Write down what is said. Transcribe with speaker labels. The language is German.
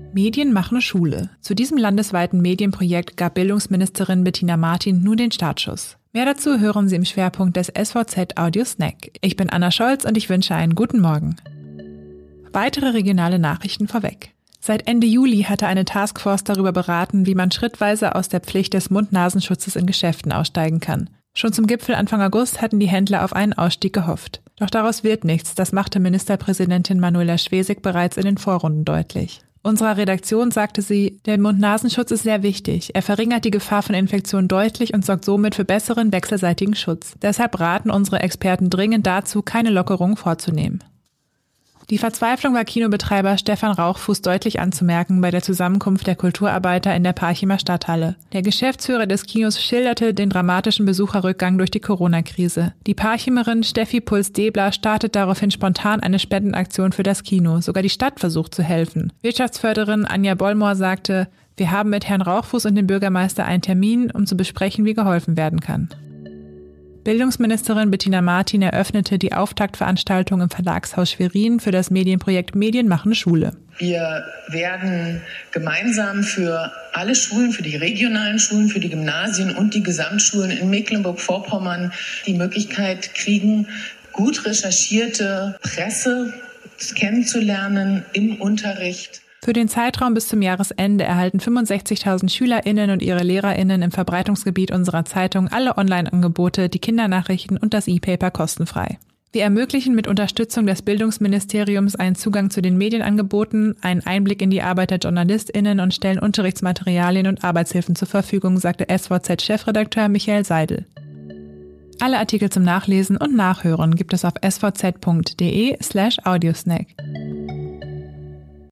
Speaker 1: Medien machen Schule. Zu diesem landesweiten Medienprojekt gab Bildungsministerin Bettina Martin nun den Startschuss. Mehr dazu hören Sie im Schwerpunkt des SVZ Audio Snack. Ich bin Anna Scholz und ich wünsche einen guten Morgen. Weitere regionale Nachrichten vorweg. Seit Ende Juli hatte eine Taskforce darüber beraten, wie man schrittweise aus der Pflicht des Mund-Nasenschutzes in Geschäften aussteigen kann. Schon zum Gipfel Anfang August hatten die Händler auf einen Ausstieg gehofft. Doch daraus wird nichts, das machte Ministerpräsidentin Manuela Schwesig bereits in den Vorrunden deutlich. Unserer Redaktion sagte sie, der Mund-Nasenschutz ist sehr wichtig. Er verringert die Gefahr von Infektionen deutlich und sorgt somit für besseren wechselseitigen Schutz. Deshalb raten unsere Experten dringend dazu, keine Lockerungen vorzunehmen. Die Verzweiflung war Kinobetreiber Stefan Rauchfuß deutlich anzumerken bei der Zusammenkunft der Kulturarbeiter in der Parchimer Stadthalle. Der Geschäftsführer des Kinos schilderte den dramatischen Besucherrückgang durch die Corona-Krise. Die Parchimerin Steffi Puls-Debler startet daraufhin spontan eine Spendenaktion für das Kino. Sogar die Stadt versucht zu helfen. Wirtschaftsförderin Anja Bollmoor sagte, wir haben mit Herrn Rauchfuß und dem Bürgermeister einen Termin, um zu besprechen, wie geholfen werden kann. Bildungsministerin Bettina Martin eröffnete die Auftaktveranstaltung im Verlagshaus Schwerin für das Medienprojekt Medien machen Schule.
Speaker 2: Wir werden gemeinsam für alle Schulen, für die regionalen Schulen, für die Gymnasien und die Gesamtschulen in Mecklenburg-Vorpommern die Möglichkeit kriegen, gut recherchierte Presse kennenzulernen im Unterricht.
Speaker 1: Für den Zeitraum bis zum Jahresende erhalten 65.000 SchülerInnen und ihre LehrerInnen im Verbreitungsgebiet unserer Zeitung alle Online-Angebote, die Kindernachrichten und das E-Paper kostenfrei. Wir ermöglichen mit Unterstützung des Bildungsministeriums einen Zugang zu den Medienangeboten, einen Einblick in die Arbeit der JournalistInnen und stellen Unterrichtsmaterialien und Arbeitshilfen zur Verfügung, sagte SVZ-Chefredakteur Michael Seidel. Alle Artikel zum Nachlesen und Nachhören gibt es auf svz.de/audiosnack.